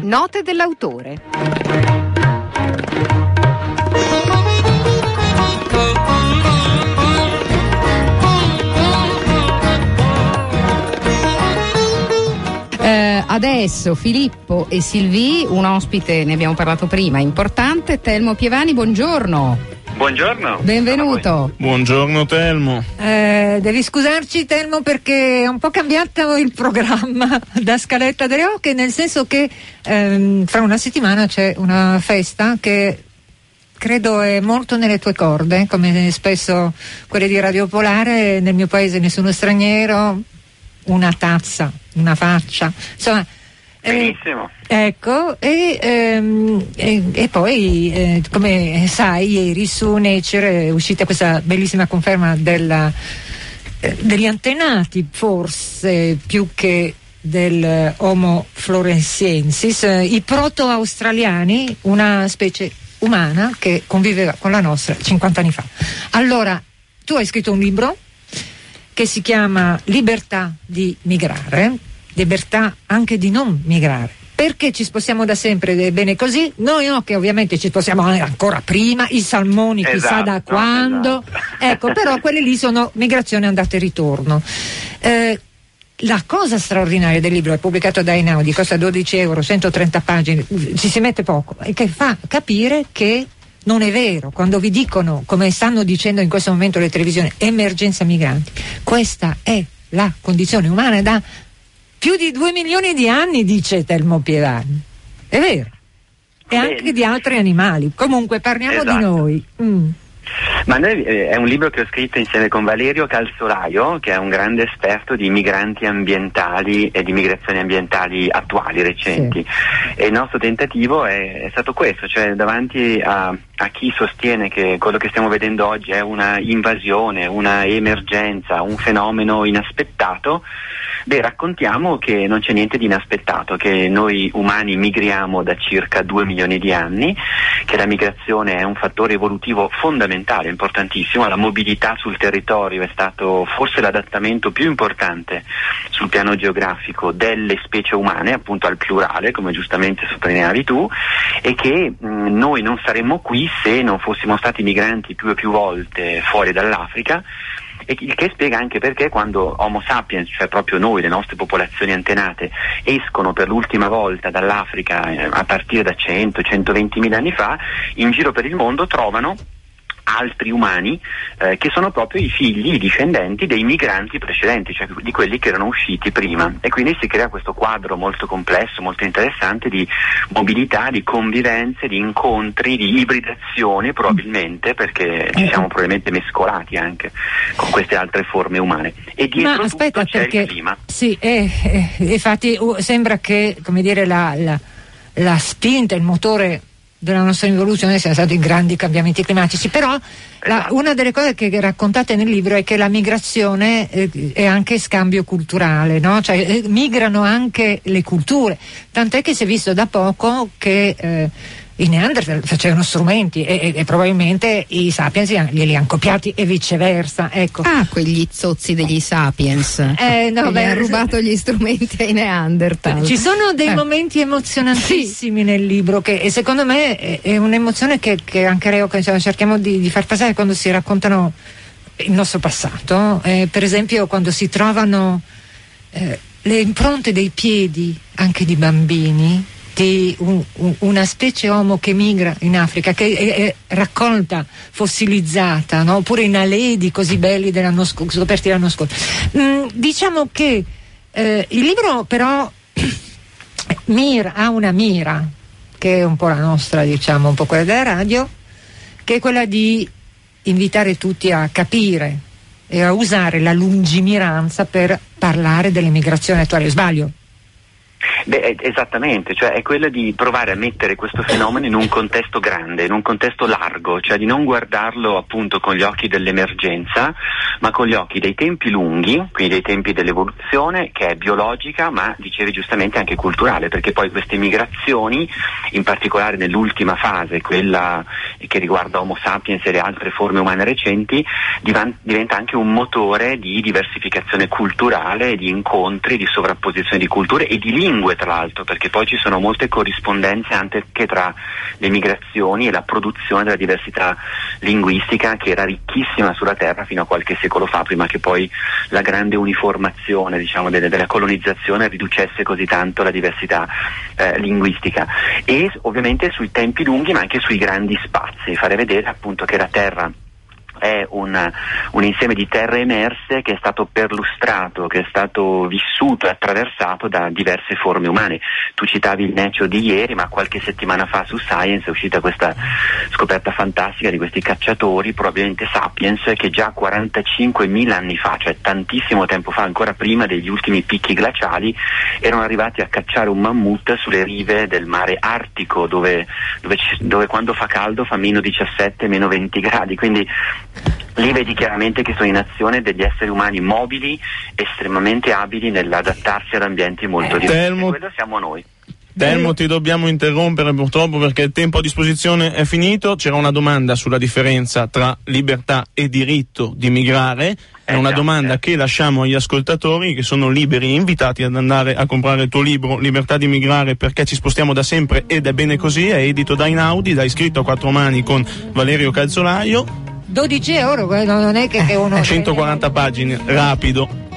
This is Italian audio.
Note dell'autore. Adesso Filippo e Sylvie, un ospite, ne abbiamo parlato prima, importante, Telmo Pievani, buongiorno. Buongiorno. Benvenuto. Buongiorno Telmo. Devi scusarci Telmo perché è un po' cambiato il programma da Scaletta delle Oche, nel senso che fra una settimana c'è una festa che credo è molto nelle tue corde, come spesso quelle di Radio Popolare. Nel mio paese nessuno straniero, una tazza, una faccia, insomma. Benissimo. Ecco, e poi come sai, ieri su Nature è uscita questa bellissima conferma degli antenati, forse più che del Homo floresiensis, i proto-australiani, una specie umana che conviveva con la nostra 50 anni fa. Allora, tu hai scritto un libro che si chiama Libertà di migrare, libertà anche di non migrare, perché ci spostiamo da sempre ed è bene così. Noi no, che ovviamente ci spostiamo ancora prima, i salmoni chissà da quando, ecco, però quelle lì sono migrazione andata e ritorno. La cosa straordinaria del libro è pubblicato da Einaudi, costa 12 euro, 130 pagine, ci si mette poco, e che fa capire che non è vero quando vi dicono, come stanno dicendo in questo momento le televisioni, emergenza migranti. Questa è la condizione umana da più di 2 milioni di anni, dice Telmo Pievani. È vero. E anche di altri animali. Comunque parliamo di noi. Ma noi, è un libro che ho scritto insieme con Valerio Calzolaio, che è un grande esperto di migranti ambientali e di migrazioni ambientali attuali, recenti. Sì. E il nostro tentativo è stato questo, cioè davanti a chi sostiene che quello che stiamo vedendo oggi è una invasione, una emergenza, un fenomeno inaspettato, raccontiamo che non c'è niente di inaspettato, che noi umani migriamo da circa 2 milioni di anni, che la migrazione è un fattore evolutivo fondamentale, importantissimo. La mobilità sul territorio è stato forse l'adattamento più importante sul piano geografico delle specie umane, appunto al plurale, come giustamente sottolineavi tu, e che noi non saremmo qui se non fossimo stati migranti più e più volte fuori dall'Africa. E il che spiega anche perché quando Homo sapiens, cioè proprio noi, le nostre popolazioni antenate, escono per l'ultima volta dall'Africa a partire da 100-120 mila anni fa, in giro per il mondo trovano altri umani che sono proprio i figli, i discendenti dei migranti precedenti, cioè di quelli che erano usciti prima, e quindi si crea questo quadro molto complesso, molto interessante di mobilità, di convivenze, di incontri, di ibridazione probabilmente, perché ci siamo probabilmente mescolati anche con queste altre forme umane. E dietro tutto c'è il clima. Sì, infatti sembra che, come dire, la spinta, il motore della nostra evoluzione siano stati grandi cambiamenti climatici, però una delle cose che raccontate nel libro è che la migrazione è anche scambio culturale, no? Cioè migrano anche le culture, tant'è che si è visto da poco che i Neanderthal facevano strumenti e probabilmente i Sapiens glieli hanno copiati e viceversa, ecco. Quegli zozzi degli Sapiens hanno rubato gli strumenti ai Neanderthal. Ci sono dei momenti emozionantissimi nel libro e secondo me è un'emozione che anche Leo cerchiamo di far passare quando si raccontano il nostro passato, per esempio quando si trovano le impronte dei piedi anche di bambini di una specie Homo che migra in Africa, che è raccolta, fossilizzata, no? Oppure in aledi così belli scoperti l'anno scorso. Diciamo che il libro però ha una mira, che è un po' la nostra, diciamo, un po' quella della radio, che è quella di invitare tutti a capire e a usare la lungimiranza per parlare delle migrazioni attuali. Sbaglio? Esattamente, cioè è quella di provare a mettere questo fenomeno in un contesto grande, in un contesto largo, cioè di non guardarlo appunto con gli occhi dell'emergenza, ma con gli occhi dei tempi lunghi, quindi dei tempi dell'evoluzione, che è biologica, ma dicevi giustamente anche culturale, perché poi queste migrazioni, in particolare nell'ultima fase, quella che riguarda Homo sapiens e le altre forme umane recenti, diventa anche un motore di diversificazione culturale, di incontri, di sovrapposizione di culture e di lingue tra l'altro, perché poi ci sono molte corrispondenze anche tra le migrazioni e la produzione della diversità linguistica, che era ricchissima sulla Terra fino a qualche secolo fa, prima che poi la grande uniformazione, diciamo, della colonizzazione riducesse così tanto la diversità linguistica. E ovviamente sui tempi lunghi, ma anche sui grandi spazi, fare vedere appunto che la Terra è un insieme di terre emerse che è stato perlustrato, che è stato vissuto e attraversato da diverse forme umane. Tu citavi il Nature di ieri, ma qualche settimana fa su Science è uscita questa scoperta fantastica di questi cacciatori, probabilmente sapiens, che già 45.000 anni fa, cioè tantissimo tempo fa, ancora prima degli ultimi picchi glaciali, erano arrivati a cacciare un mammut sulle rive del mare Artico, dove quando fa caldo fa meno 17, meno 20 gradi, quindi lì vedi chiaramente che sono in azione degli esseri umani mobili, estremamente abili nell'adattarsi ad ambienti molto diversi. Telmo, quello siamo noi. Telmo, ti dobbiamo interrompere purtroppo perché il tempo a disposizione è finito. C'era una domanda sulla differenza tra libertà e diritto di migrare. È una domanda che lasciamo agli ascoltatori, che sono liberi e invitati ad andare a comprare il tuo libro Libertà di migrare, perché ci spostiamo da sempre ed è bene così. È edito da Einaudi, dai, scritto a 4 mani con Valerio Calzolaio. 12 euro, non è che uno 140 pagine, rapido.